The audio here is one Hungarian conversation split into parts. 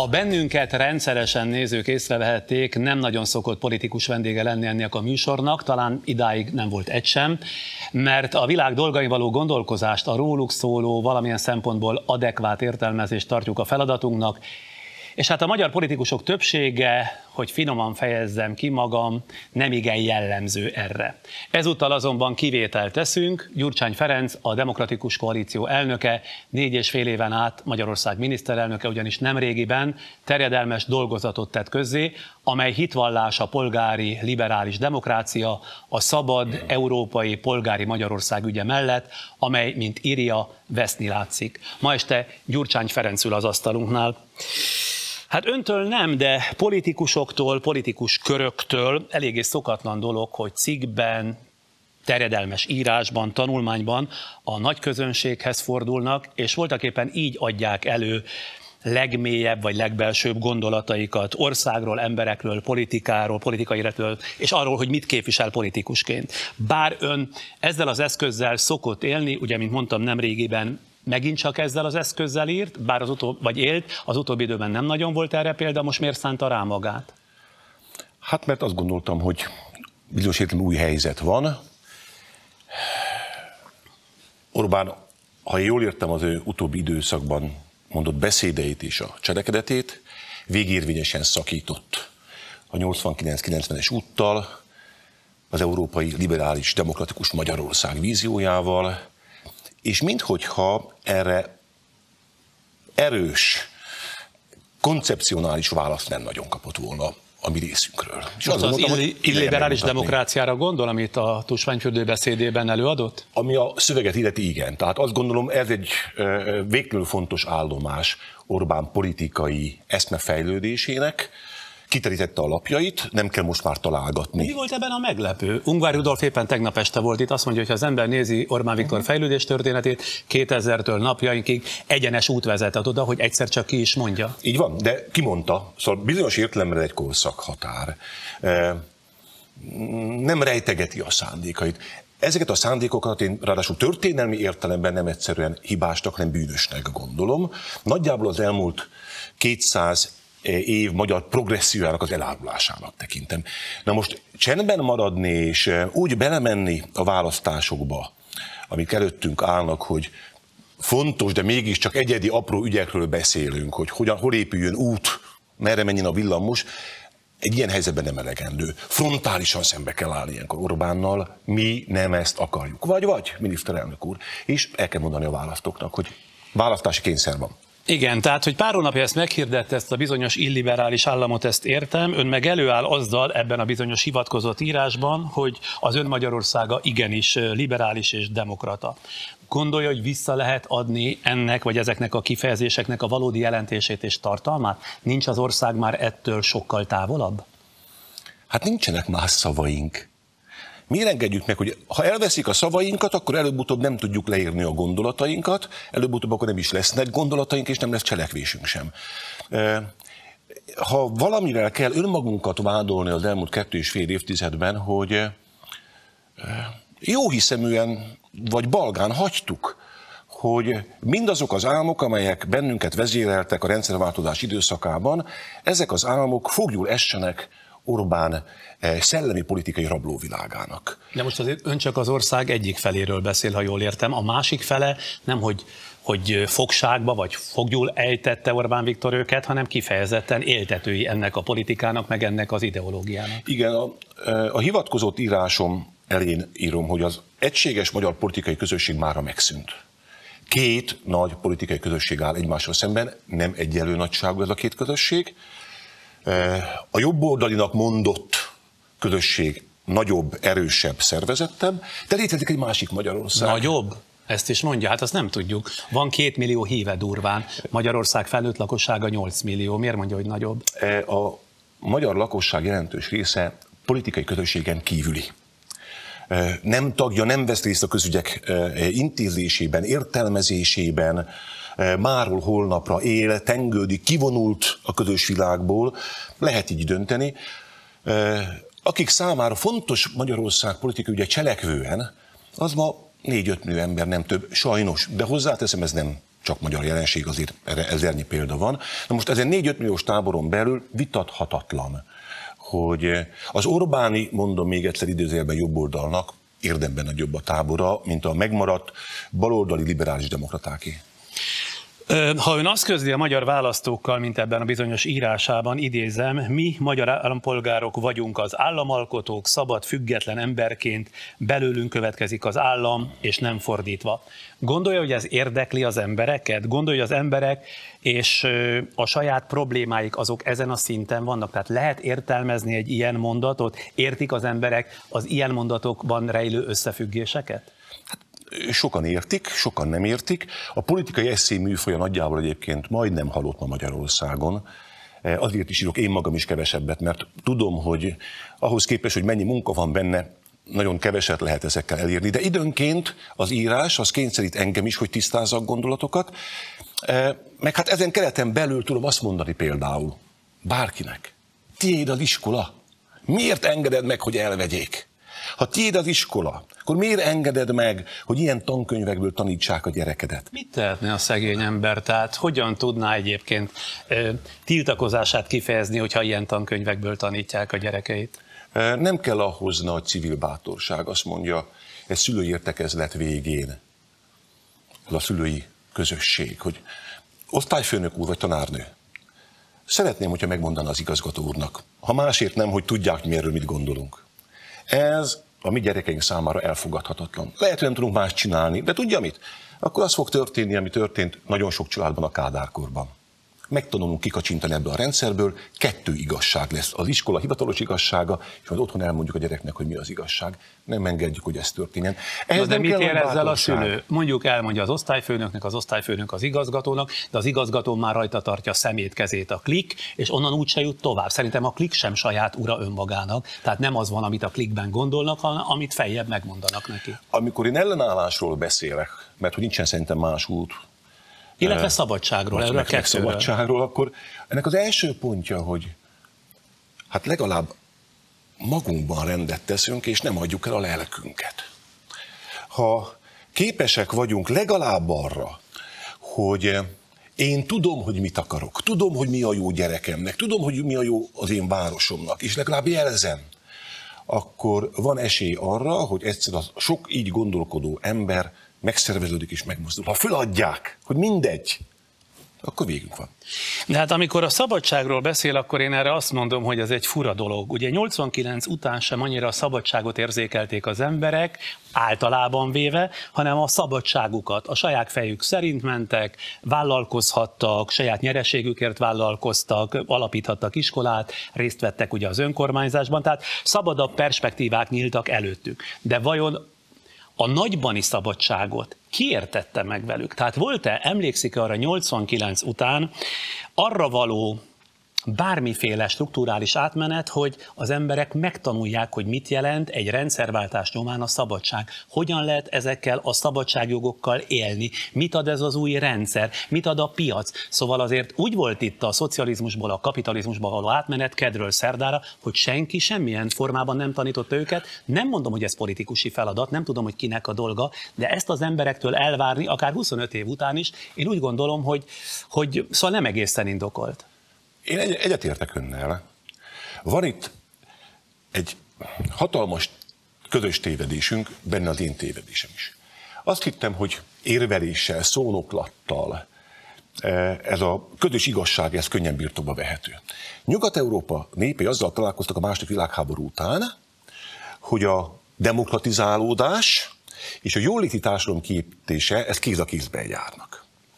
A bennünket rendszeresen nézők észrevehették, nem nagyon szokott politikus vendége lenni ennek a műsornak, talán idáig nem volt egy sem, mert a világ dolgain való gondolkozást, a róluk szóló, valamilyen szempontból adekvát értelmezést tartjuk a feladatunknak, és hát a magyar politikusok többsége, hogy finoman fejezzem ki magam, nem igen jellemző erre. Ezúttal azonban kivételt teszünk, Gyurcsány Ferenc, a Demokratikus Koalíció elnöke, 4,5 éven át Magyarország miniszterelnöke, ugyanis nemrégiben terjedelmes dolgozatot tett közzé, amely hitvallás a polgári liberális demokrácia, a szabad európai polgári Magyarország ügye mellett, amely, mint írja, veszni látszik. Ma este Gyurcsány Ferenc ül az asztalunknál. Hát öntől nem, de politikusoktól, politikus köröktől eléggé szokatlan dolog, hogy cikkben, terjedelmes írásban, tanulmányban a nagy közönséghez fordulnak, és voltaképpen így adják elő legmélyebb vagy legbelsőbb gondolataikat országról, emberekről, politikáról, politikai életről, és arról, hogy mit képvisel politikusként. Bár ön ezzel az eszközzel szokott élni, ugye, mint mondtam, nemrégiben megint csak ezzel az eszközzel írt, bár élt, az utóbbi időben nem nagyon volt erre példa, most miért szánta rá magát? Hát mert azt gondoltam, hogy bizonyos értelemben új helyzet van. Orbán, ha jól értem az ő utóbbi időszakban mondott beszédeit és a cselekedetét, végérvényesen szakított a 89-90-es úttal, az európai liberális demokratikus Magyarország víziójával, és minthogyha erre erős, koncepcionális választ nem nagyon kapott volna a mi részünkről. És most az illiberális demokráciára gondol, amit a Tusványfürdő beszédében előadott? Ami a szöveget illeti, igen. Tehát azt gondolom, ez egy végtelenül fontos állomás Orbán politikai eszmefejlődésének, kiterítette a lapjait, nem kell most már találgatni. Mi volt ebben a meglepő? Ungvár Rudolf éppen tegnap este volt itt, azt mondja, hogy ha az ember nézi Orbán Viktor fejlődés történetét, 2000-től napjainkig egyenes út vezetett oda, hogy egyszer csak ki is mondja. Így van, de ki mondta, szóval bizonyos értelemben egy korszakhatár. Nem rejtegeti a szándékait. Ezeket a szándékokat én ráadásul történelmi értelemben nem egyszerűen hibásnak, hanem bűnösnek gondolom. Nagyjából az elmúlt 200 év magyar progressziójának az elárulásának tekintem. Na most csendben maradni és úgy belemenni a választásokba, amik előttünk állnak, hogy fontos, de mégiscsak egyedi apró ügyekről beszélünk, hogy hol épüljön út, merre menjen a villamos, egy ilyen helyzetben nem elegendő. Frontálisan szembe kell állni ilyenkor Orbánnal, mi nem ezt akarjuk. Vagy, miniszterelnök úr. És el kell mondani a választóknak, hogy választási kényszer van. Igen, tehát, hogy pár hónapja ezt meghirdette, ezt a bizonyos illiberális államot, ezt értem, ön meg előáll azzal ebben a bizonyos hivatkozott írásban, hogy az ön Magyarországa igenis liberális és demokrata. Gondolja, hogy vissza lehet adni ennek, vagy ezeknek a kifejezéseknek a valódi jelentését és tartalmát? Nincs az ország már ettől sokkal távolabb? Hát nincsenek más szavaink. Miért engedjük meg, hogy ha elveszik a szavainkat, akkor előbb-utóbb nem tudjuk leírni a gondolatainkat, előbb-utóbb akkor nem is lesznek gondolataink, és nem lesz cselekvésünk sem. Ha valamivel kell önmagunkat vádolni az elmúlt 2,5 évtizedben, hogy jóhiszeműen vagy balgán hagytuk, hogy mindazok az álmok, amelyek bennünket vezéreltek a rendszerváltozás időszakában, ezek az álmok foglyul essenek Orbán szellemi politikai rablóvilágának. De most azért ön csak az ország egyik feléről beszél, ha jól értem. A másik fele nem, hogy fogságba vagy foglyul ejtette Orbán Viktor őket, hanem kifejezetten éltetői ennek a politikának, meg ennek az ideológiának. Igen, a hivatkozott írásom elén írom, hogy az egységes magyar politikai közösség mára megszűnt. Két nagy politikai közösség áll egymással szemben, nem egyenlő nagyságú ez a két közösség. A jobboldalinak mondott közösség nagyobb, erősebb, szervezettebb, de létezik egy másik Magyarország. Nagyobb? Ezt is mondja? Hát azt nem tudjuk. Van 2 millió híve durván. Magyarország felnőtt lakossága 8 millió. Miért mondja, hogy nagyobb? A magyar lakosság jelentős része politikai közösségen kívüli. Nem tagja, nem vesz részt a közügyek intézésében, értelmezésében, máról holnapra él, tengődik, kivonult a közös világból, lehet így dönteni. Akik számára fontos Magyarország politikai ügye cselekvően, az ma 4-5 millió ember, nem több, sajnos, de hozzáteszem, ez nem csak magyar jelenség, azért erre ezernyi példa van. Na most ezen 4-5 milliós táboron belül vitathatatlan, hogy az Orbáni, mondom még egyszer idézőjelben jobboldalnak érdemben nagyobb a tábora, mint a megmaradt baloldali liberális demokratáké. Ha ön azt közli a magyar választókkal, mint ebben a bizonyos írásában, idézem, mi magyar állampolgárok vagyunk az államalkotók, szabad, független emberként, belőlünk következik az állam, és nem fordítva. Gondolja, hogy ez érdekli az embereket? Gondolja, hogy az emberek és a saját problémáik azok ezen a szinten vannak? Tehát lehet értelmezni egy ilyen mondatot? Értik az emberek az ilyen mondatokban rejlő összefüggéseket? Sokan értik, sokan nem értik. A politikai esszé műfaja nagyjából egyébként majdnem halott ma Magyarországon. Azért is írok én magam is kevesebbet, mert tudom, hogy ahhoz képest, hogy mennyi munka van benne, nagyon keveset lehet ezekkel elérni, de időnként az írás az kényszerít engem is, hogy tisztázzak gondolatokat, meg hát ezen kereten belül tudom azt mondani például bárkinek, tiéd az iskola, miért engeded meg, hogy elvegyék? Ha tiéd az iskola, akkor miért engeded meg, hogy ilyen tankönyvekből tanítsák a gyerekedet? Mit tehetne a szegény ember? Tehát hogyan tudná egyébként tiltakozását kifejezni, hogyha ilyen tankönyvekből tanítják a gyerekeit? Nem kell ahhoz nagy civil bátorság, azt mondja egy szülői értekezlet végén, a szülői közösség, hogy osztályfőnök úr vagy tanárnő, szeretném, hogyha megmondaná az igazgató úrnak, ha másért nem, hogy tudják, mi erről mit gondolunk. Ez a mi gyerekeink számára elfogadhatatlan. Lehet, hogy nem tudunk más csinálni, de tudja mit? Akkor az fog történni, ami történt nagyon sok családban a Kádárkorban. Megtanulunk kikacsintani ebből a rendszerből, 2 igazság lesz. Az iskola hivatalos igazsága, és majd otthon elmondjuk a gyereknek, hogy mi az igazság. Nem engedjük, hogy ez történjen. De mit ér ezzel a szülő? Mondjuk elmondja az osztályfőnöknek, az osztályfőnök az igazgatónak, de az igazgató már rajta tartja a szemét, kezét a klik, és onnan úgyse jut tovább. Szerintem a klik sem saját ura önmagának, tehát nem az van, amit a klikben gondolnak, hanem amit feljebb megmondanak neki. Amikor én ellenállásról beszélek, mert hogy nincsen szerintem más út, illetve szabadságról, erről meg szabadságról, akkor ennek az első pontja, hogy hát legalább magunkban rendet teszünk, és nem adjuk el a lelkünket. Ha képesek vagyunk legalább arra, hogy én tudom, hogy mit akarok, tudom, hogy mi a jó gyerekemnek, tudom, hogy mi a jó az én városomnak, és legalább jelzem, akkor van esély arra, hogy egyszer a sok így gondolkodó ember megszerveződik és megmozdul. Ha föladják, hogy mindegy, akkor végünk van. De hát amikor a szabadságról beszél, akkor én erre azt mondom, hogy ez egy fura dolog. Ugye 89 után sem annyira a szabadságot érzékelték az emberek, általában véve, hanem a szabadságukat. A saját fejük szerint mentek, vállalkozhattak, saját nyereségükért vállalkoztak, alapíthattak iskolát, részt vettek ugye az önkormányzásban, tehát szabadabb perspektívák nyíltak előttük. De vajon a nagybani szabadságot ki értette meg velük? Tehát volt-e, emlékszik arra 89 után arra való bármiféle strukturális átmenet, hogy az emberek megtanulják, hogy mit jelent egy rendszerváltás nyomán a szabadság. Hogyan lehet ezekkel a szabadságjogokkal élni? Mit ad ez az új rendszer? Mit ad a piac? Szóval azért úgy volt itt a szocializmusból a kapitalizmusba való átmenet kedről szerdára, hogy senki semmilyen formában nem tanította őket. Nem mondom, hogy ez politikusi feladat, nem tudom, hogy kinek a dolga, de ezt az emberektől elvárni, akár 25 év után is, én úgy gondolom, hogy szóval nem egészen indokolt. Én egyetértek önnel. Van itt egy hatalmas közös tévedésünk, benne az én tévedésem is. Azt hittem, hogy érveléssel, szónoklattal ez a közös igazság, ez könnyen birtokba vehető. Nyugat-Európa népei azzal találkoztak a második világháború után, hogy a demokratizálódás és a jóléti társadalom kiépítése, ez kéz a kézben járnak.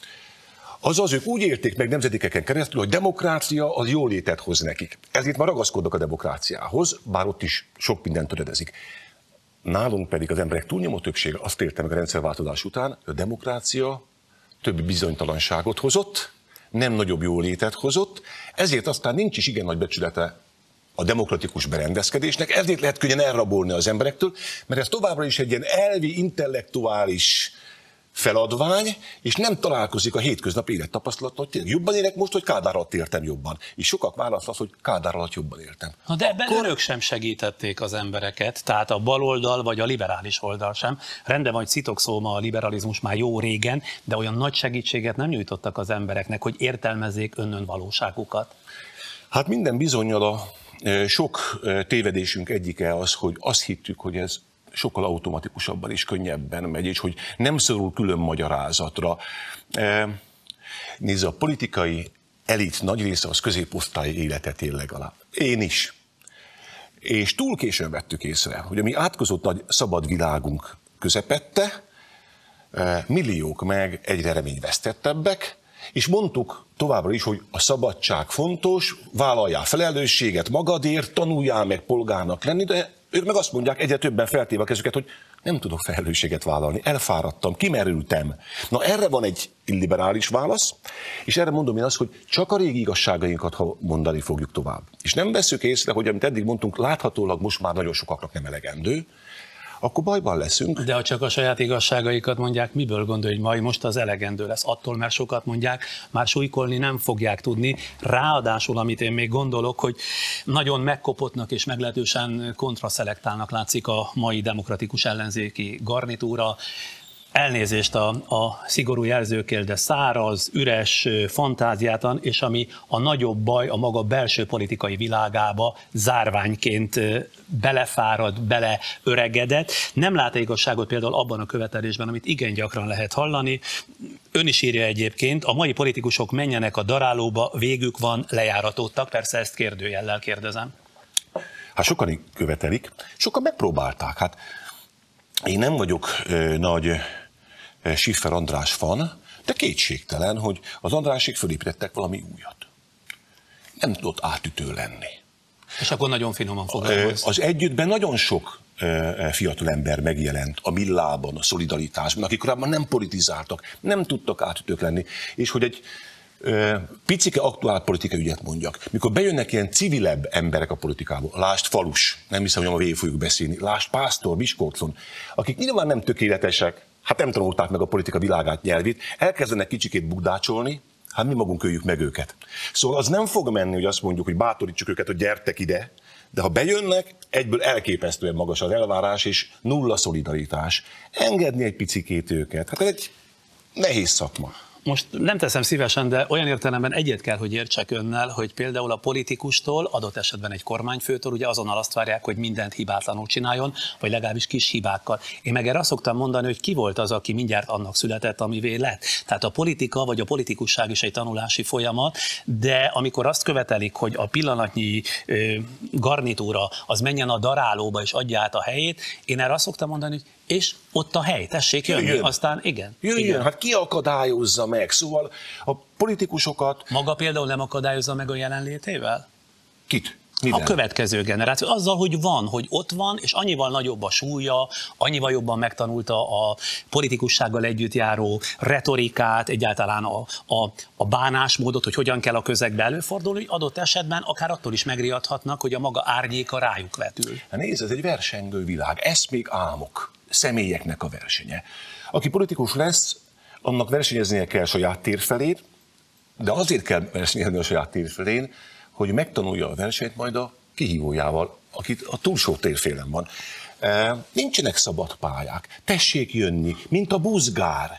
Azaz ők úgy érték meg nemzedékeken keresztül, hogy demokrácia az jólétet hoz nekik. Ezért már ragaszkodnak a demokráciához, bár ott is sok mindent töredezik. Nálunk pedig az emberek túlnyomó többsége azt élte meg a rendszerváltozás után, hogy a demokrácia több bizonytalanságot hozott, nem nagyobb jólétet hozott, ezért aztán nincs is igen nagy becsülete a demokratikus berendezkedésnek, ezért lehet könnyen elrabolni az emberektől, mert ez továbbra is egy ilyen elvi, intellektuális feladvány, és nem találkozik a hétköznapi élettapasztalattal, hogy tényleg jobban élek most, hogy Kádár alatt éltem jobban. És sokak válasz az, hogy Kádár alatt jobban éltem. Na de ebben önök sem segítették az embereket, tehát a baloldal vagy a liberális oldal sem. Rendben van, hogy szitokszó ma a liberalizmus már jó régen, de olyan nagy segítséget nem nyújtottak az embereknek, hogy értelmezzék önnön valóságukat. Hát minden bizonnyal a sok tévedésünk egyike az, hogy azt hittük, hogy ez sokkal automatikusabban és könnyebben megy, és hogy nem szorul külön magyarázatra. Nézd, a politikai elit nagy része az középosztályi életet él legalább. Én is. És túl későn vettük észre, hogy a mi átkozott nagy szabad világunk közepette milliók meg egyre reményvesztettebbek, és mondtuk továbbra is, hogy a szabadság fontos, vállaljál felelősséget magadért, tanuljál meg polgárnak lenni, de ők meg azt mondják, egyre többen feltéve a kezüket, hogy nem tudok felelősséget vállalni, elfáradtam, kimerültem. Na erre van egy illiberális válasz, és erre mondom én azt, hogy csak a régi igazságainkat, ha mondani fogjuk tovább. És nem veszük észre, hogy amit eddig mondtunk, láthatólag most már nagyon sokaknak nem elegendő, akkor bajban leszünk. De ha csak a saját igazságaikat mondják, miből gondolj, hogy majd most az elegendő lesz? Attól, mert sokat mondják, már súlykolni nem fogják tudni. Ráadásul, amit én még gondolok, hogy nagyon megkopottnak és meglehetősen kontraszelektálnak látszik a mai demokratikus ellenzéki garnitúra. Elnézést a szigorú jelzőkkel, de száraz, üres, fantáziátlan, és ami a nagyobb baj a maga belső politikai világába zárványként belefárad, beleöregedett. Nem lát igazságot például abban a követelésben, amit igen gyakran lehet hallani. Ön is írja egyébként, a mai politikusok menjenek a darálóba, végük van, lejáratottak. Persze ezt kérdőjellel kérdezem. Hát sokan követelik, sokan megpróbálták. Hát én nem vagyok nagy Schiffer András fan, de kétségtelen, hogy az Andrásék fölépítettek valami újat. Nem tudott átütő lenni. És akkor nagyon finoman fogalmaz. Az együttben nagyon sok fiatal ember megjelent a Millában, a Szolidaritásban, akik korábban nem politizáltak, nem tudtak átütők lenni, és hogy egy picike aktuál politikai ügyet mondjak. Mikor bejönnek ilyen civilebb emberek a politikából, lásd Falus, nem hiszem, hogy ma végig fogjuk beszélni, lásd Pásztor, Miskolcon, akik nyilván nem tökéletesek, hát nem tanulták meg a politika világát, nyelvét, elkezdenek kicsikét bugdácsolni, hát mi magunk öljük meg őket. Szóval az nem fog menni, hogy azt mondjuk, hogy bátorítsuk őket, hogy gyertek ide, de ha bejönnek, egyből elképesztően magas az elvárás és nulla szolidaritás. Engedni egy picikét őket, hát ez egy nehéz szakma. Most nem teszem szívesen, de olyan értelemben egyet kell, hogy értsek önnel, hogy például a politikustól, adott esetben egy kormányfőtől ugye azonnal azt várják, hogy mindent hibátlanul csináljon, vagy legalábbis kis hibákkal. Én meg erre azt szoktam mondani, hogy ki volt az, aki mindjárt annak született, amivé lett. Tehát a politika vagy a politikusság is egy tanulási folyamat, de amikor azt követelik, hogy a pillanatnyi garnitúra az menjen a darálóba és adja át a helyét, én erre azt szoktam mondani, hogy és ott a hely, tessék jönni, Jöjjön. aztán igen. Jöjjön, igen. hát ki akadályozza meg? Szóval a politikusokat... Maga például nem akadályozza meg a jelenlétével? Kit? Mivel? A következő generáció. Azzal, hogy van, hogy ott van, és annyival nagyobb a súlya, annyival jobban megtanulta a politikussággal együtt járó retorikát, egyáltalán a bánásmódot, hogy hogyan kell a közegbe előfordulni, hogy adott esetben akár attól is megriadhatnak, hogy a maga árnyéka rájuk vetül. Hát nézd, ez egy versengő világ, ez még álmok, személyeknek a versenye. Aki politikus lesz, annak versenyeznie kell saját térfelén, de azért kell versenyezni a saját térfelén, hogy megtanulja a versenyt majd a kihívójával, akit a túlsó térfélen van. Nincsenek szabad pályák, tessék jönni, mint a buzgár.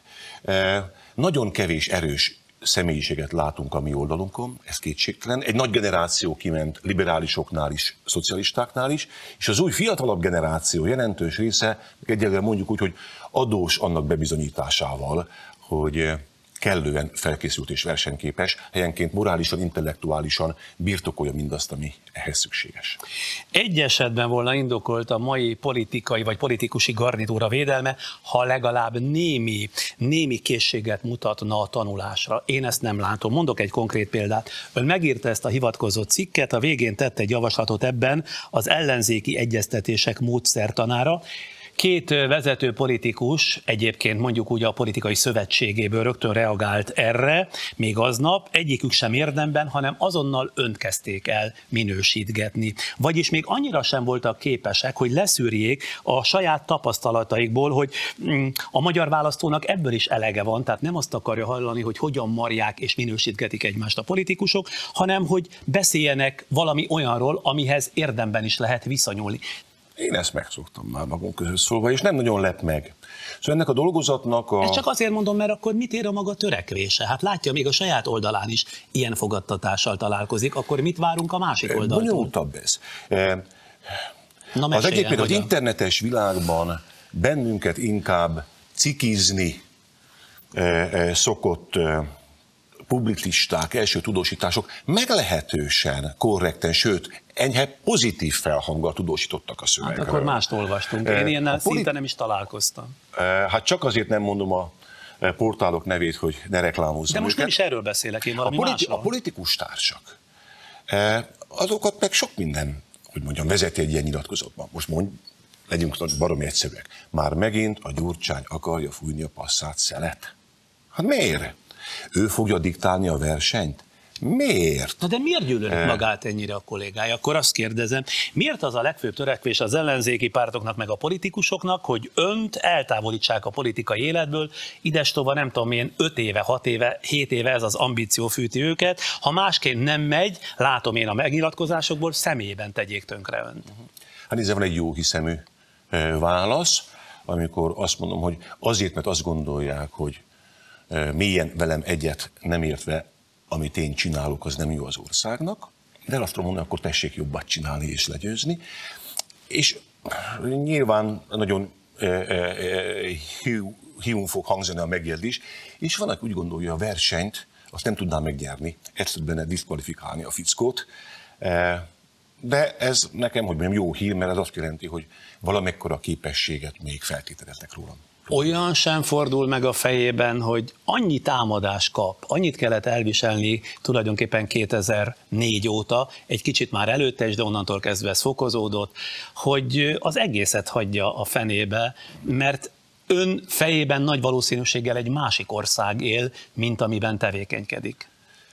Nagyon kevés erős személyiséget látunk a mi oldalunkon, ez kétségtelen. Egy nagy generáció kiment liberálisoknál is, szocialistáknál is, és az új fiatalabb generáció jelentős része, egyelőre mondjuk úgy, hogy adós annak bebizonyításával, hogy kellően felkészült és versenyképes, helyenként morálisan, intellektuálisan birtokolja mindazt, ami ehhez szükséges. Egy esetben volna indokolt a mai politikai vagy politikusi garnitúra védelme, ha legalább némi készséget mutatna a tanulásra. Én ezt nem látom. Mondok egy konkrét példát. Ön megírta ezt a hivatkozott cikket, a végén tette egy javaslatot ebben az ellenzéki egyeztetések módszertanára. Két vezető politikus, egyébként mondjuk úgy a politikai szövetségéből rögtön reagált erre, még aznap, egyikük sem érdemben, hanem azonnal önt kezdték el minősítgetni. Vagyis még annyira sem voltak képesek, hogy leszűrjék a saját tapasztalataikból, hogy a magyar választónak ebből is elege van, tehát nem azt akarja hallani, hogy hogyan marják és minősítgetik egymást a politikusok, hanem hogy beszéljenek valami olyanról, amihez érdemben is lehet viszonyulni. Én ezt megszoktam már magunk között szólva, és nem nagyon lep meg. Szóval ennek a dolgozatnak a... Ezt csak azért mondom, mert akkor mit ér a maga törekvése? Hát látja, még a saját oldalán is ilyen fogadtatással találkozik, akkor mit várunk a másik oldaltól? Bonyolultabb ez. Na, az egyébként az internetes világban bennünket inkább cikizni szokott publicisták, első tudósítások meglehetősen korrekten, sőt, enyhe pozitív felhanggal tudósítottak a szövegről. Hát akkor mást olvastunk. Én ilyennel szinte nem is találkoztam. Hát csak azért nem mondom a portálok nevét, hogy ne reklámozzam. De most nem is erről beszélek, én valami másról. A politikus társak, azokat meg sok minden, hogy mondjam, vezeti egy ilyen nyilatkozatban. Most legyünk baromi egyszerűek. Már megint a Gyurcsány akarja fújni a passzát szelet. Hát miért? Ő fogja diktálni a versenyt? Miért? Na de miért gyűlölik magát ennyire a kollégája? Akkor azt kérdezem, miért az a legfőbb törekvés az ellenzéki pártoknak meg a politikusoknak, hogy önt eltávolítsák a politikai életből, idestova nem tudom én 5 éve, 6 éve, 7 éve ez az ambíció fűti őket, ha másként nem megy, látom én a megnyilatkozásokból, személyében tegyék tönkre önt. Hát ez van egy jó hiszemű válasz, amikor azt mondom, hogy azért, mert azt gondolják, hogy mélyen velem egyet nem értve, amit én csinálok, az nem jó az országnak, de azt tudom mondani, akkor tessék jobbat csinálni és legyőzni. És nyilván nagyon hiún fog hangzani a megjegyzés, és van, aki úgy gondolja, a versenyt azt nem tudná megnyerni, egyszerűen diszkvalifikálni a fickót, de ez nekem, hogy mondjam, jó hír, mert ez azt jelenti, hogy valamekkora képességet még feltételeznek rólam. Olyan sem fordul meg a fejében, hogy annyi támadást kap, annyit kellett elviselni tulajdonképpen 2004 óta, egy kicsit már előtte is, de onnantól kezdve ez fokozódott, hogy az egészet hagyja a fenébe, mert ön fejében nagy valószínűséggel egy másik ország él, mint amiben tevékenykedik.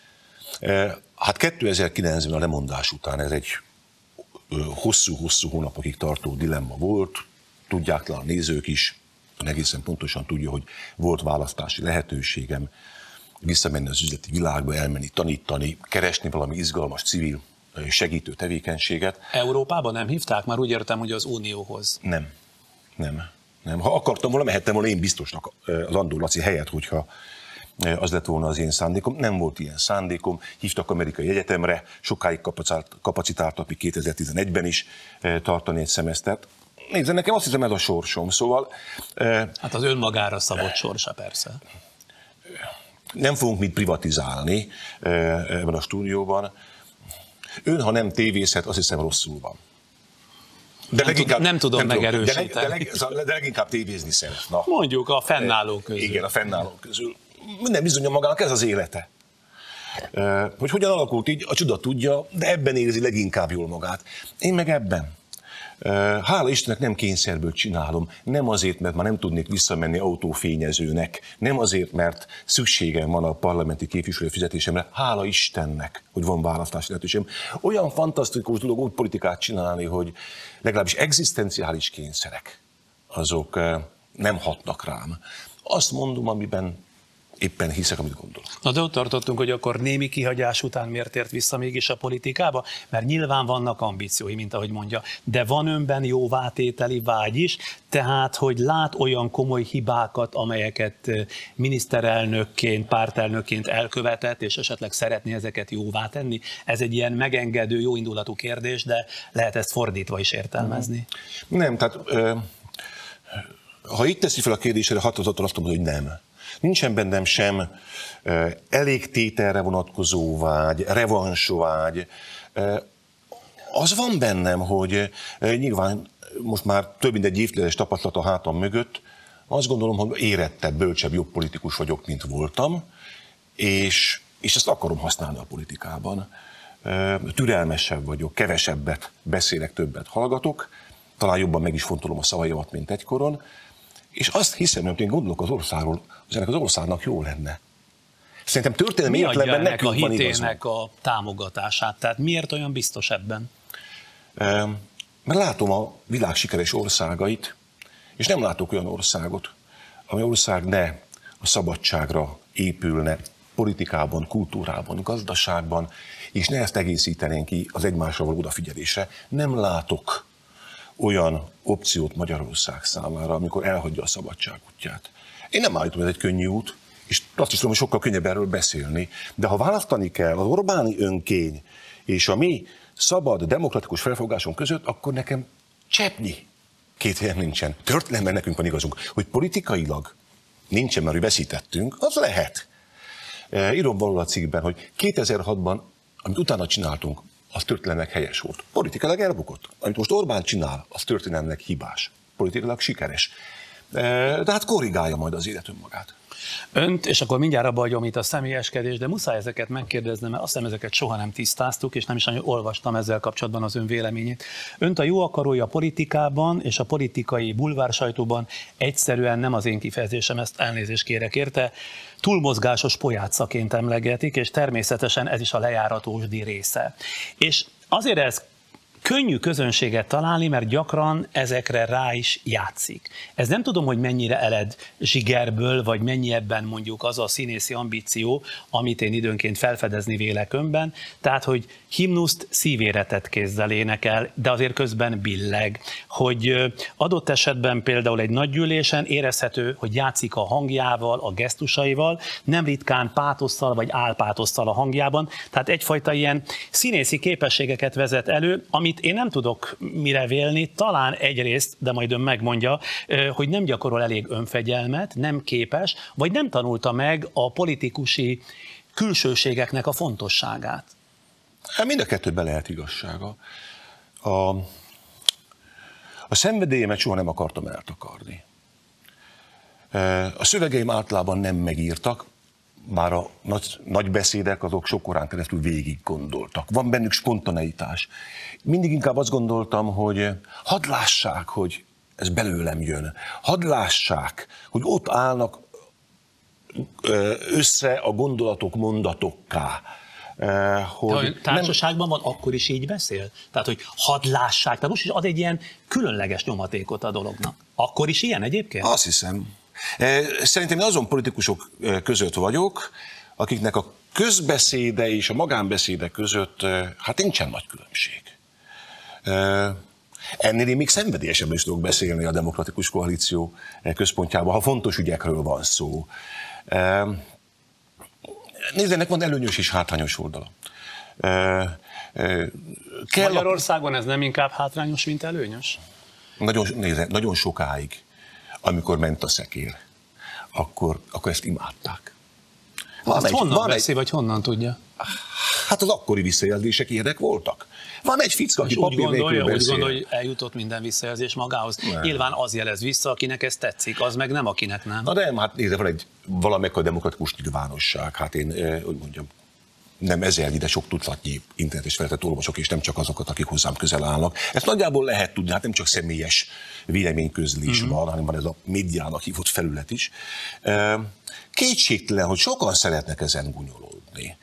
Hát 2009-ben a lemondás után ez egy hosszú-hosszú hónapokig tartó dilemma volt, tudják le a nézők is, egészen pontosan tudja, hogy volt választási lehetőségem visszamenni az üzleti világba, elmenni, tanítani, keresni valami izgalmas civil segítő tevékenységet. Európában nem hívták? Már úgy értem, hogy az Unióhoz. Nem. Ha akartam volna, mehettem volna én biztosnak az Andor Laci helyett, hogyha az lett volna az én szándékom. Nem volt ilyen szándékom, hívtak amerikai egyetemre, sokáig kapacitáltak, még 2011-ben is tartani egy szemesztert. Nézd, nekem azt hiszem, ez a sorsom, szóval... Hát az önmagára szabott sorsa persze. Nem fogunk mit privatizálni ebben a stúdióban. Ön, ha nem tévészhet, azt hiszem rosszul van. De nem tudom megerősíteni. De leginkább tévézni szeret. Na. Mondjuk a fennállók közül. Igen, a fennállók közül. Minden bizonyan magának ez az élete. Hogy hogyan alakult így, a csuda tudja, de ebben érzi leginkább jól magát. Én meg ebben. Hála Istennek nem kényszerből csinálom, nem azért, mert már nem tudnék visszamenni autófényezőnek, nem azért, mert szükségem van a parlamenti képviselő fizetésemre, hála Istennek, hogy van választási lehetőségem. Olyan fantasztikus dolog úgy politikát csinálni, hogy legalábbis egzisztenciális kényszerek, azok nem hatnak rám. Azt mondom, amiben éppen hiszek, amit gondolok. Na de ott tartottunk, hogy akkor némi kihagyás után miért tért vissza mégis a politikába? Mert nyilván vannak ambíciói, mint ahogy mondja, de van önben jóvátételi vágy is, tehát, hogy lát olyan komoly hibákat, amelyeket miniszterelnökként, pártelnökként elkövetett, és esetleg szeretné ezeket jóvá tenni. Ez egy ilyen megengedő, jóindulatú kérdés, de lehet ezt fordítva is értelmezni. Nem, tehát ha itt teszi fel a kérdésre, határozottan azt mondom, hogy nem. Nincsen bennem sem elégtételre vonatkozó vágy, revansvágy. Az van bennem, hogy nyilván most már több mint egy évtizedes tapasztalat a hátam mögött, azt gondolom, hogy érettebb, bölcsebb, jobb politikus vagyok, mint voltam, és ezt akarom használni a politikában. Türelmesebb vagyok, kevesebbet beszélek, többet hallgatok. talán jobban meg is fontolom a szavaimat, mint egykoron, és azt hiszem, hogy én gondolok az országról, hogy ennek az országnak jó lenne. Szerintem történelmi értelemben nekünk van igazunk. Mi adja ennek a hitének a támogatását? Tehát miért olyan biztos ebben? Mert látom a világ sikeres országait, és nem látok olyan országot, ami ország ne a szabadságra épülne politikában, kultúrában, gazdaságban, és ne ezt egészítenénk ki az egymásra való odafigyelésre. Nem látok olyan opciót Magyarország számára, amikor elhagyja a szabadság útját. Én nem állítom, hogy ez egy könnyű út, és azt is tudom, hogy sokkal könnyebb erről beszélni, de ha választani kell az Orbáni önkény és a mi szabad, demokratikus felfogásunk között, akkor nekem cseppnyi két helyen nincsen. Történelemben nekünk van igazunk, hogy politikailag nincsen, mert hogy veszítettünk, az lehet. Írom valahol a cikkben, hogy 2006-ban, amit utána csináltunk, az történelemnek helyes volt. Politikailag elbukott. Amit most Orbán csinál, az történelemnek hibás. Politikailag sikeres. De hát korrigálja majd az élet önmagát. Önt, és akkor mindjárt abba hagyom itt a személyeskedés, de muszáj ezeket megkérdeznem, mert azt hiszem ezeket soha nem tisztáztuk, és nem is olvastam ezzel kapcsolatban az ön véleményét. Önt a jó akarója a politikában és a politikai bulvársajtóban egyszerűen nem az én kifejezésem, ezt elnézést kérek érte, túlmozgásos pojátszaként emlegetik, és természetesen ez is a lejáratósdi része. És azért ez könnyű közönséget találni, mert gyakran ezekre rá is játszik. Ez nem tudom, hogy mennyire eled zsigerből, vagy mennyi ebben mondjuk az a színészi ambíció, amit én időnként felfedezni vélek önben, tehát, hogy himnuszt szívére tett kézzel énekel, de azért közben billeg, hogy adott esetben például egy nagygyűlésen érezhető, hogy játszik a hangjával, a gesztusaival, nem ritkán pátosszal vagy álpátosszal a hangjában, tehát egyfajta ilyen színészi képességeket vezet elő, amit én nem tudok mire vélni, talán egyrészt, de majd ön megmondja, hogy nem gyakorol elég önfegyelmet, nem képes, vagy nem tanulta meg a politikusi külsőségeknek a fontosságát. Hát mind a kettőben lehet igazsága. A szenvedélyemet soha nem akartam eltakarni. A szövegeim általában nem megírtak, bár a nagy beszédek azok sok órán keresztül végig gondoltak. Van bennük spontaneitás. Mindig inkább azt gondoltam, hogy hadd lássák, hogy ez belőlem jön. Hadd lássák, hogy ott állnak össze a gondolatok mondatokká. Hogy társaságban van, akkor is így beszél? Tehát, hogy hadd lássák. Tehát most is ad egy ilyen különleges nyomatékot a dolognak. Akkor is ilyen egyébként? Azt hiszem. Szerintem én azon politikusok között vagyok, akiknek a közbeszéde és a magánbeszéde között hát nincsen nagy különbség. Ennél én még szenvedélyesebben is tudok beszélni a Demokratikus Koalíció központjában, ha fontos ügyekről van szó. Nézd, ennek van előnyös és hátrányos oldala. Magyarországon ez nem inkább hátrányos, mint előnyös? Nagyon sokáig, amikor ment a szekér, akkor ezt imádták. Honnan veszi, vagy honnan tudja? Hát az akkori visszajelzések ilyenek voltak. Van egy ficka, aki papír nélkül beszél. Úgy gondolja, hogy eljutott minden visszajelzés magához. Nem. Nyilván az jelez vissza, akinek ez tetszik, az meg nem, akinek nem. Na nem, hát nézd, van egy valamekkora demokratikus nyilvánosság. Hát én, hogy mondjam, nem ezernyi, de sok tucatnyi internetes felületet olvasok, és nem csak azokat, akik hozzám közel állnak. Ezt nagyjából lehet tudni, hát nem csak személyes véleményközlés van, hanem van ez a médiának hívott felület is. Kétségtelen, hogy sokan szeretnek ezen gúnyolódni.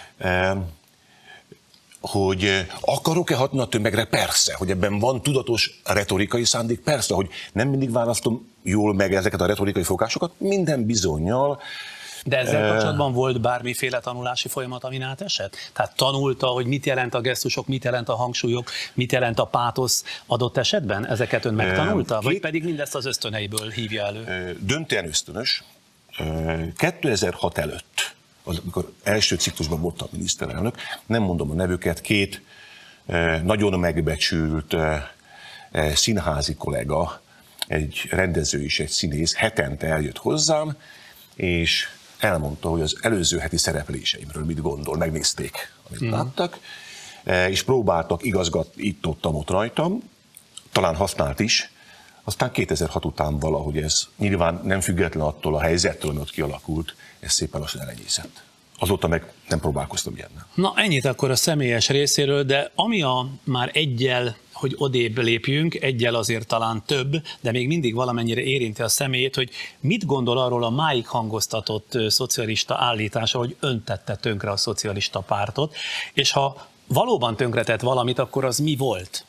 Hogy akarok-e hatni a tömegre? Persze. Hogy ebben van tudatos retorikai szándék? Persze. Hogy nem mindig választom jól meg ezeket a retorikai fogásokat? Minden bizonnyal. De ezzel kapcsolatban volt bármiféle tanulási folyamat, amin átesett? Tehát tanulta, hogy mit jelent a gesztusok, mit jelent a hangsúlyok, mit jelent a pátosz adott esetben? Ezeket ön megtanulta? Vagy pedig mindezt az ösztöneiből hívja elő? Döntően ösztönös. 2006 előtt, amikor első ciklusban voltam miniszterelnök, nem mondom a nevüket, két nagyon megbecsült színházi kollega, egy rendező és egy színész hetente eljött hozzám, és elmondta, hogy az előző heti szerepléseimről mit gondol, megnézték, amit láttak, és próbáltak igazgatni-ott rajtam, talán használt is, aztán 2006 után valahogy ez nyilván nem független attól a helyzettől, ami ott kialakult, ez szépen lassan elenyészett. Azóta meg nem próbálkoztam ilyennel. Na ennyit akkor a személyes részéről, de ami a már egyel, hogy odébb lépjünk, egyel azért talán több, de még mindig valamennyire érinti a személyét, hogy mit gondol arról a máig hangoztatott szocialista állítása, hogy ön tette tönkre a szocialista pártot, és ha valóban tönkretett valamit, akkor az mi volt?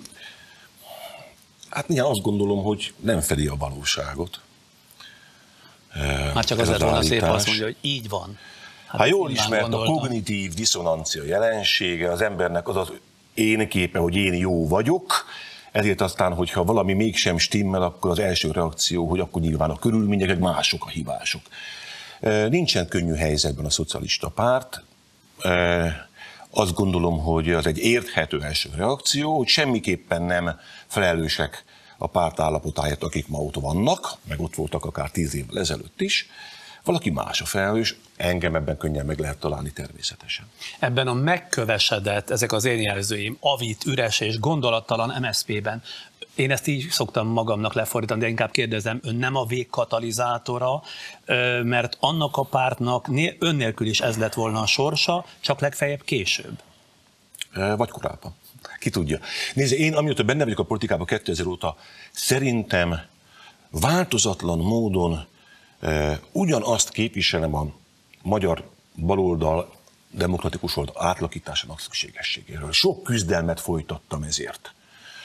Hát néha azt gondolom, hogy nem fedi a valóságot. Már csak az lett volna szép, azt mondja, hogy így van. Hát jól ismert a kognitív diszonancia jelensége, az embernek az az én képe, hogy én jó vagyok, ezért aztán, hogyha valami mégsem stimmel, akkor az első reakció, hogy akkor nyilván a körülmények, mások a hibások. Nincsen könnyű helyzetben a szocialista párt. Azt gondolom, hogy az egy érthető első reakció, hogy semmiképpen nem felelősek a párt állapotáért, akik ma ott vannak, meg ott voltak akár 10 évvel ezelőtt is. Valaki más a felelős, engem ebben könnyen meg lehet találni természetesen. Ebben a megkövesedett, ezek az én jelzőim, avit, üres és gondolattalan MSZP-ben, én ezt így szoktam magamnak lefordítani, de inkább kérdezem, ön nem a végkatalizátora, mert annak a pártnak ön nélkül is ez lett volna a sorsa, csak legfeljebb később. Vagy korábban. Ki tudja. Nézd, én amióta benne vagyok a politikában 2000 óta, szerintem változatlan módon ugyanazt képviselem a magyar baloldal demokratikus oldal átlakításának szükségességéről. Sok küzdelmet folytattam ezért.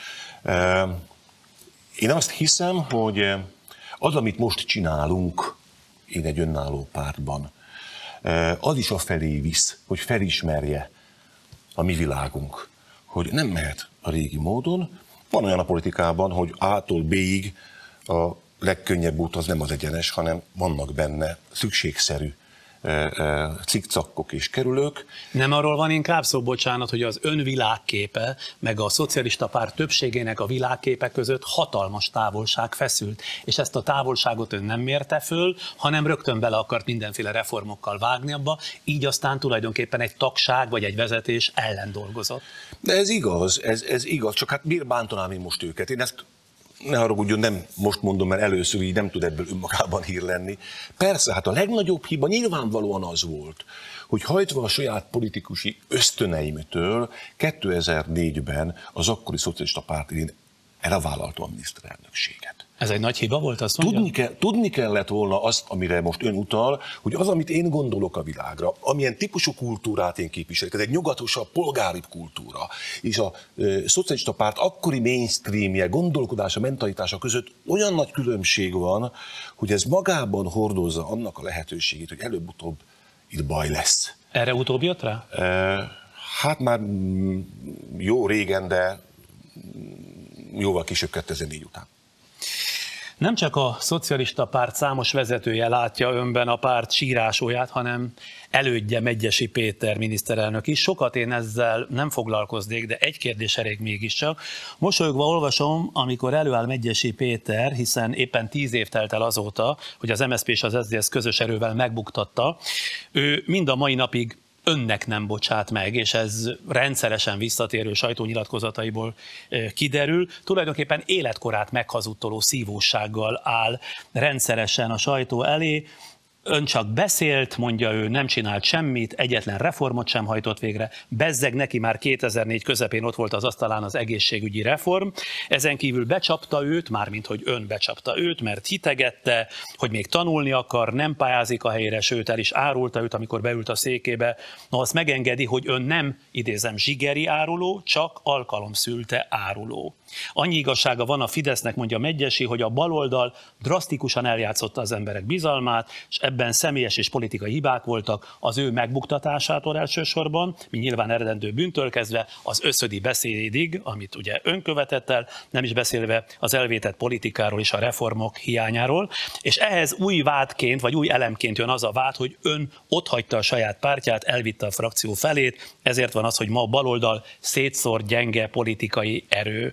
Én azt hiszem, hogy az, amit most csinálunk, én egy önálló pártban, az is afelé visz, hogy felismerje a mi világunk, hogy nem mehet a régi módon. Van olyan a politikában, hogy A-tól B-ig a legkönnyebb út az nem az egyenes, hanem vannak benne szükségszerű cikcakkok és kerülők. Nem arról van inkább szó, bocsánat, hogy az ön világképe, meg a szocialista párt többségének a világképe között hatalmas távolság feszült, és ezt a távolságot ön nem mérte föl, hanem rögtön bele akart mindenféle reformokkal vágni abba, így aztán tulajdonképpen egy tagság vagy egy vezetés ellen dolgozott. De ez igaz, ez igaz, csak hát miért bántanám én most őket? Én ezt ne haragudjon, nem most mondom, mert először így nem tud ebből önmagában hír lenni. Persze, hát a legnagyobb hiba nyilvánvalóan az volt, hogy hajtva a saját politikusi ösztöneimtől 2004-ben az akkori szocialista párt én elvállaltam a miniszterelnökséget. Ez egy nagy hiba volt, azt mondja? Tudni kellett volna azt, amire most ön utal, hogy az, amit én gondolok a világra, amilyen típusú kultúrát én képviselek, ez egy nyugatosabb, polgári kultúra, és a szocialista párt akkori mainstreamje, gondolkodása, mentalitása között olyan nagy különbség van, hogy ez magában hordozza annak a lehetőségét, hogy előbb-utóbb itt baj lesz. Erre utóbb jött rá? Hát már jó régen, de jóval később 2004 után. Nem csak a szocialista párt számos vezetője látja önben a párt sírásóját, hanem elődje Medgyessy Péter miniszterelnök is. Sokat én ezzel nem foglalkoznék, de egy kérdés elég mégiscsak. Mosolyogva olvasom, amikor előáll Medgyessy Péter, hiszen éppen 10 év telt el azóta, hogy az MSZP és az SZDSZ közös erővel megbuktatta. Ő mind a mai napig önnek nem bocsát meg, és ez rendszeresen visszatérő sajtónyilatkozataiból kiderül. Tulajdonképpen életkorát meghazudtoló szívósággal áll rendszeresen a sajtó elé. Ön csak beszélt, mondja ő, nem csinált semmit, egyetlen reformot sem hajtott végre. Bezzeg neki már 2004 közepén ott volt az asztalán az egészségügyi reform. Ezen kívül becsapta őt, mármint hogy ön becsapta őt, mert hitegette, hogy még tanulni akar, nem pályázik a helyére, sőt el is árulta őt, amikor beült a székébe. No, azt megengedi, hogy ön nem, idézem, zsigeri áruló, csak alkalomszülte áruló. Annyi igazsága van a Fidesznek, mondja Medgyessy, hogy a baloldal drasztikusan eljátszotta az emberek bizalmát, és ebben személyes és politikai hibák voltak az ő megbuktatásától elsősorban, mi nyilván eredendő bűntől kezdve az összödi beszédig, amit ugye ön követett el, nem is beszélve az elvétett politikáról és a reformok hiányáról, és ehhez új vádként, vagy új elemként jön az a vád, hogy ön otthagyta a saját pártját, elvitte a frakció felét, ezért van az, hogy ma a baloldal szétszórt gyenge politikai erő.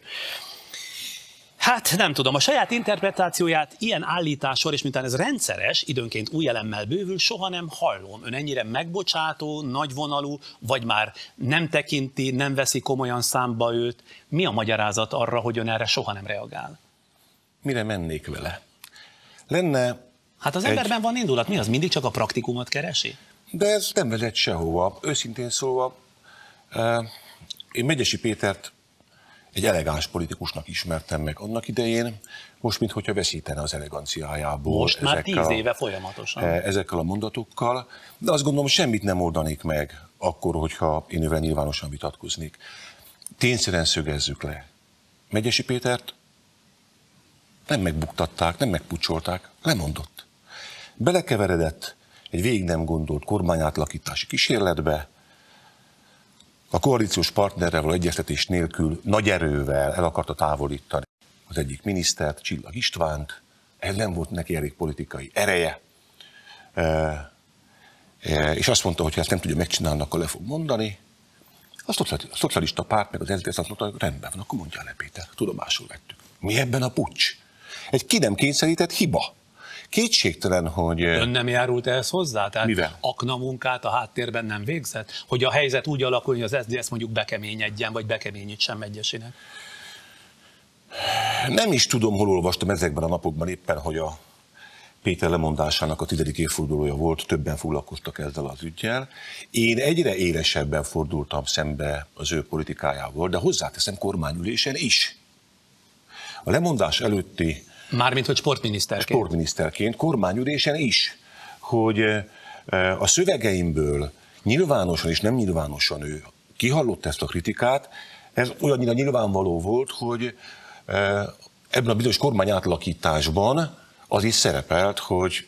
Hát nem tudom, a saját interpretációját ilyen állításor, és miután ez rendszeres, időnként új elemmel bővül, soha nem hallom. Ön ennyire megbocsátó, nagyvonalú, vagy már nem tekinti, nem veszi komolyan számba őt. Mi a magyarázat arra, hogy ön erre soha nem reagál? Mire mennék vele? Lenne... Hát az emberben van indulat, mi az? Mindig csak a praktikumot keresi? De ez nem vezet sehova. Őszintén szólva, én Medgyessy Pétert egy elegáns politikusnak ismertem meg annak idején, most minthogyha veszítene az eleganciájából. Most már 10 éve folyamatosan. Ezekkel a mondatokkal, de azt gondolom, semmit nem oldanék meg akkor, hogyha én ővel nyilvánosan vitatkoznék. Tényszerűen szögezzük le. Megyesi Pétert nem megbuktatták, nem megpucsolták, lemondott. Belekeveredett egy végig nem gondolt kormányátalakítási kísérletbe, a koalíciós partnerrel való egyeztetés nélkül nagy erővel el akarta távolítani az egyik minisztert, Csillag Istvánt, ez nem volt neki elég politikai ereje, és azt mondta, hogy ha ezt nem tudja megcsinálni, akkor le fog mondani. A szocialista párt meg az SZDSZ azt mondta, hogy rendben van, akkor mondjál le, Péter, tudomásul vettük. Mi ebben a puccs? Egy ki nem kényszerített hiba. Kétségtelen, hogy... Ön nem járult ehhez hozzá? Tehát mivel? Aknamunkát a háttérben nem végzett? Hogy a helyzet úgy alakul, hogy az SZDSZ mondjuk bekeményedjen, vagy bekeményítsen Megyesinek? Nem is tudom, hol olvastam ezekben a napokban éppen, hogy a Péter lemondásának a 10. évfordulója volt, többen foglalkoztak ezzel az üggyel. Én egyre élesebben fordultam szembe az ő politikájával, de hozzáteszem kormányülésen is. A lemondás előtti... Mármint, hogy sportminiszterként. Sportminiszterként, kormányülésen is, hogy a szövegeimből nyilvánosan és nem nyilvánosan ő kihallott ezt a kritikát, ez olyannyira nyilvánvaló volt, hogy ebben a bizonyos kormány átalakításban az is szerepelt, hogy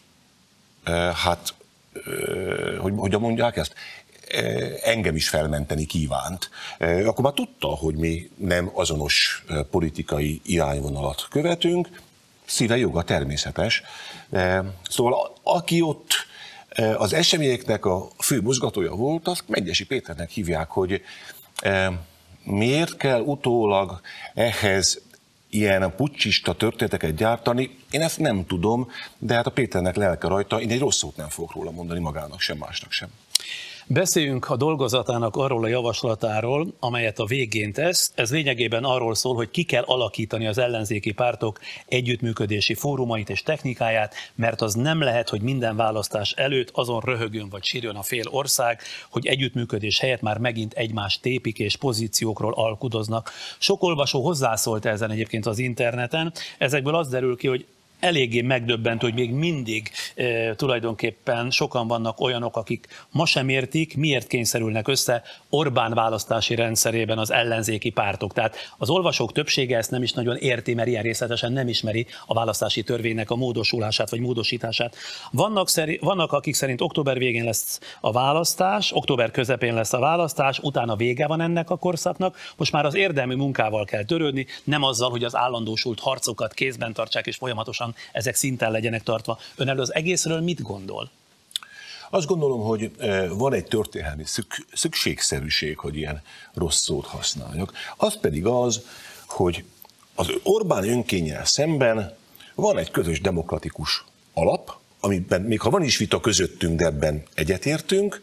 hogy mondják ezt, engem is felmenteni kívánt. Akkor már tudta, hogy mi nem azonos politikai irányvonalat követünk, szíve joga természetes. Szóval aki ott az eseményeknek a fő mozgatója volt, azt Megyesi Péternek hívják, hogy miért kell utólag ehhez ilyen puccsista történeteket gyártani, én ezt nem tudom, de hát a Péternek lelke rajta, én egy rossz szót nem fogok róla mondani magának sem, másnak sem. Beszéljünk a dolgozatának arról a javaslatáról, amelyet a végén tesz. Ez lényegében arról szól, hogy ki kell alakítani az ellenzéki pártok együttműködési fórumait és technikáját, mert az nem lehet, hogy minden választás előtt azon röhögön vagy sírjon a fél ország, hogy együttműködés helyett már megint egymást tépik és pozíciókról alkudoznak. Sok olvasó hozzászólt ezen egyébként az interneten. Ezekből az derül ki, hogy eléggé megdöbbentő, hogy még mindig tulajdonképpen sokan vannak olyanok, akik ma sem értik, miért kényszerülnek össze Orbán választási rendszerében az ellenzéki pártok. Tehát az olvasók többsége ezt nem is nagyon érti, mert ilyen részletesen nem ismeri a választási törvénynek a módosulását vagy módosítását. Vannak, akik szerint október végén lesz a választás, október közepén lesz a választás, utána vége van ennek a korszaknak, most már az érdemi munkával kell törődni, nem azzal, hogy az állandósult harcokat kézben tartsák és folyamatosan ezek szinten legyenek tartva. Ön erről az egészről mit gondol? Azt gondolom, hogy van egy történelmi szükségszerűség, hogy ilyen rossz szót használjak. Az pedig az, hogy az Orbán önkénnyel szemben van egy közös demokratikus alap, amiben még ha van is vita közöttünk, de ebben egyetértünk,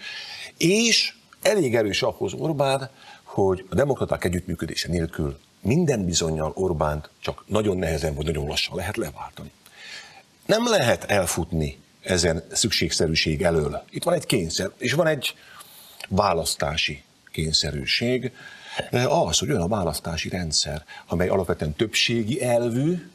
és elég erős ahhoz Orbán, hogy a demokraták együttműködése nélkül minden bizonnyal Orbánt csak nagyon nehezen vagy nagyon lassan lehet leváltani. Nem lehet elfutni ezen szükségszerűség elől. Itt van egy kényszer, és van egy választási kényszerűség. Az, hogy olyan a választási rendszer, amely alapvetően többségi elvű,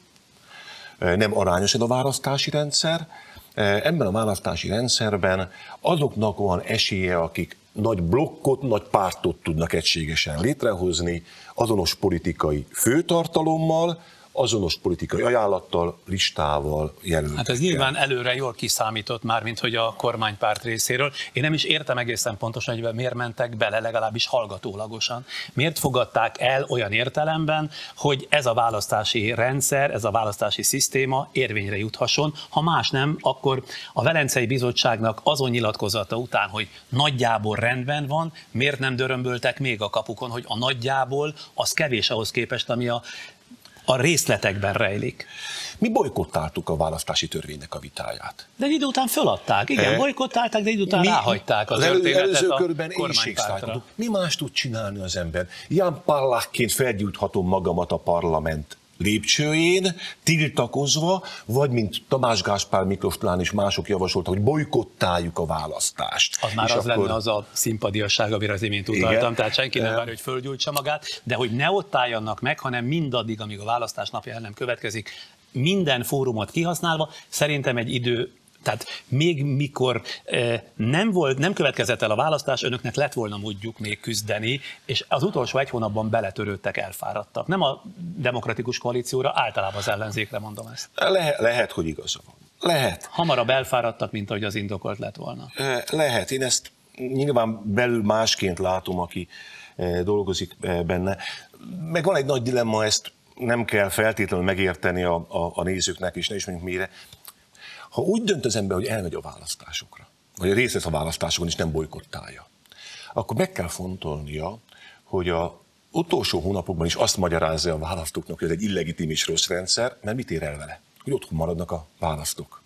nem arányos ez a választási rendszer. Ebben a választási rendszerben azoknak van esélye, akik nagy blokkot, nagy pártot tudnak egységesen létrehozni, azonos politikai főtartalommal, azonos politikai ajánlattal, listával, jelöltekkel. Hát ez nyilván előre jól kiszámított már, mint hogy a kormánypárt részéről. Én nem is értem egészen pontosan, hogy miért mentek bele, legalábbis hallgatólagosan. Miért fogadták el olyan értelemben, hogy ez a választási rendszer, ez a választási szisztéma érvényre juthasson. Ha más nem, akkor a Velencei Bizottságnak azon nyilatkozata után, hogy nagyjából rendben van, miért nem dörömböltek még a kapukon, hogy a nagyjából az kevés ahhoz képest, ami a részletekben rejlik. Mi bojkottáltuk a választási törvénynek a vitáját. De egy idő után föladták, igen, bojkottálták, de idő után ráhagyták az előző körben Mi más tud csinálni az ember? Jan Pallachként felgyújthatom magamat a parlament lépcsőjén, tiltakozva, vagy mint Tamás Gáspár Miklós talán is mások javasoltak, hogy bojkottáljuk a választást. Az már és az akkor... lenne az a szimpadiasság, amire az imént utaltam, tehát senki nem várja, hogy fölgyújtsa magát, de hogy ne ott álljanak meg, hanem mindaddig, amíg a választás napja el nem következik, minden fórumot kihasználva, szerintem egy idő. Tehát még mikor nem következett el a választás, önöknek lett volna módjuk még küzdeni, és az utolsó egy hónapban beletörődtek, elfáradtak. Nem a demokratikus koalícióra, általában az ellenzékre mondom ezt. Lehet, hogy igaza van. Lehet. Hamarabb elfáradtak, mint ahogy az indokolt lett volna. Lehet. Én ezt nyilván belül másként látom, aki dolgozik benne. Meg van egy nagy dilemma, ezt nem kell feltétlenül megérteni a nézőknek, és ne ismerjük mélyre. Ha úgy dönt az ember, hogy elmegy a választásokra, vagy részt vesz a választásokon, és nem bojkottálja, akkor meg kell fontolnia, hogy az utolsó hónapokban is azt magyarázza a választóknak, hogy ez egy illegitim és rossz rendszer, mert mit ér el vele? Hogy otthon maradnak a választók.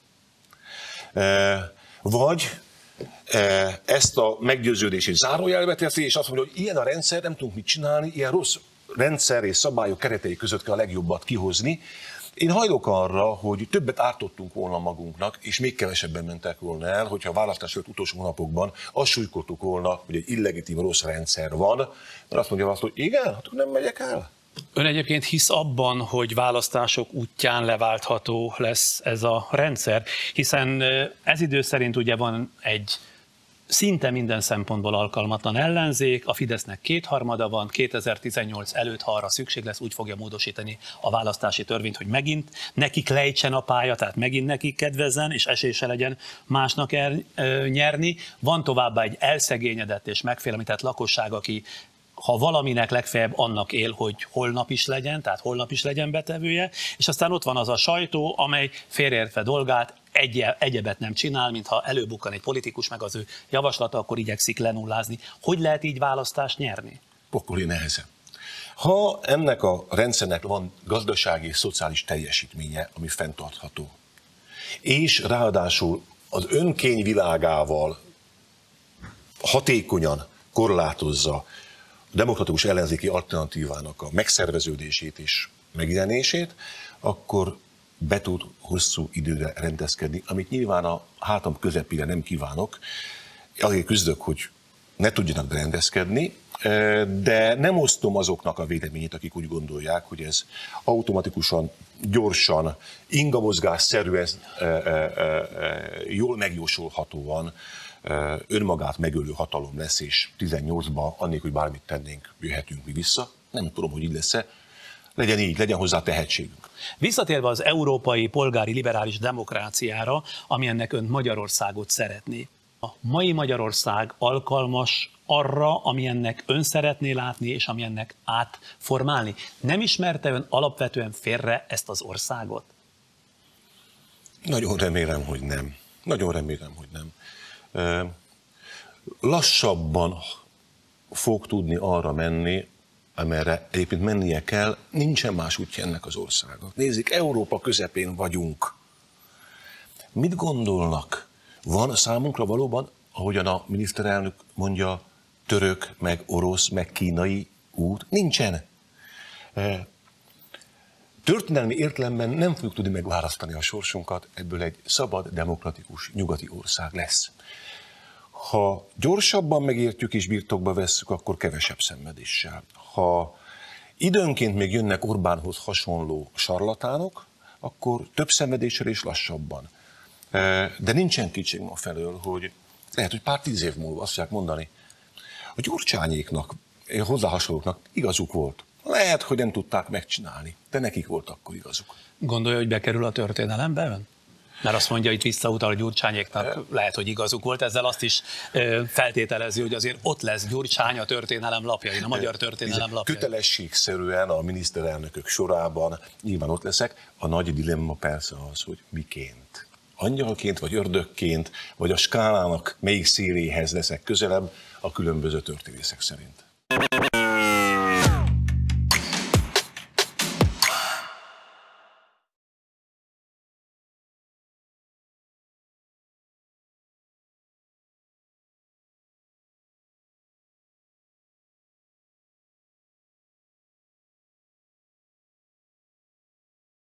Vagy ezt a meggyőződését zárójelbe teszi, és azt mondja, hogy ilyen a rendszer, nem tudunk mit csinálni, ilyen rossz rendszer és szabályok keretei között kell a legjobbat kihozni. Én hajlok arra, hogy többet ártottunk volna magunknak, és még kevesebben mentek volna el, hogyha a választás előtt utolsó hónapokban azt súlykoltuk volna, hogy egy illegitim rossz rendszer van, mert azt mondja azt, hogy igen, hát nem megyek el. Ön egyébként hisz abban, hogy választások útján leváltható lesz ez a rendszer, hiszen ez idő szerint ugye van egy szinte minden szempontból alkalmatlan ellenzék, a Fidesznek 2/3 van, 2018 előtt, ha arra szükség lesz, úgy fogja módosítani a választási törvényt, hogy megint nekik lejtsen a pálya, tehát megint nekik kedvezzen, és esése legyen másnak nyerni. Van továbbá egy elszegényedett és megfélemlített lakosság, aki ha valaminek legfeljebb annak él, hogy holnap is legyen, tehát holnap is legyen betevője, és aztán ott van az a sajtó, amely félreértve dolgát egyebet nem csinál, mintha előbukkan egy politikus, meg az ő javaslata, akkor igyekszik lenullázni. Hogy lehet így választást nyerni? Pokoli nehezen. Ha ennek a rendszernek van gazdasági és szociális teljesítménye, ami fenntartható, és ráadásul az önkény világával hatékonyan korlátozza a demokratikus ellenzéki alternatívának a megszerveződését és megjelenését, akkor be tud hosszú időre rendezkedni, amit nyilván a hátam közepére nem kívánok. Azért küzdök, hogy ne tudjanak berendezkedni, de nem osztom azoknak a véleményét, akik úgy gondolják, hogy ez automatikusan, gyorsan, ingamozgásszerűen, jól megjósolhatóan önmagát megölő hatalom lesz, és 18-ban, annélkül, hogy bármit tennénk, jöhetünk mi vissza. Nem tudom, hogy így lesz-e. Legyen így, legyen hozzá tehetségünk. Visszatérve az európai polgári liberális demokráciára, ami ennek ön Magyarországot szeretné. A mai Magyarország alkalmas arra, ami ennek ön szeretné látni, és ami ennek átformálni? Nem ismerte ön alapvetően félre ezt az országot? Nagyon remélem, hogy nem. Nagyon remélem, hogy nem. Lassabban fog tudni arra menni, amerre egyébként mennie kell, nincsen más útja ennek az országnak. Nézzük, Európa közepén vagyunk. Mit gondolnak? Van számunkra valóban, ahogyan a miniszterelnök mondja, török, meg orosz, meg kínai út? Nincsen. Történelmi értelemben nem fogjuk tudni megválasztani a sorsunkat, ebből egy szabad, demokratikus, nyugati ország lesz. Ha gyorsabban megértjük és birtokba vesszük, akkor kevesebb szenvedéssel. Ha időnként még jönnek Orbánhoz hasonló sarlatánok, akkor több szenvedéssel és lassabban. De nincsen kétség ma felől, hogy lehet, hogy pár 10 év múlva azt fogják mondani, a Gyurcsányéknak, hozzá hasonlóknak igazuk volt. Lehet, hogy nem tudták megcsinálni, de nekik volt akkor igazuk. Gondolja, hogy bekerül a történelembe ön? Mert azt mondja, itt visszautal a Gyurcsányéknak, lehet, hogy igazuk volt, ezzel azt is feltételezi, hogy azért ott lesz Gyurcsány a történelem lapjain, a magyar történelem lapjain. Kötelességszerűen a miniszterelnökök sorában nyilván ott leszek. A nagy dilemma persze az, hogy miként. Angyalként, vagy ördögként, vagy a skálának melyik széléhez leszek közelebb a különböző történészek szerint.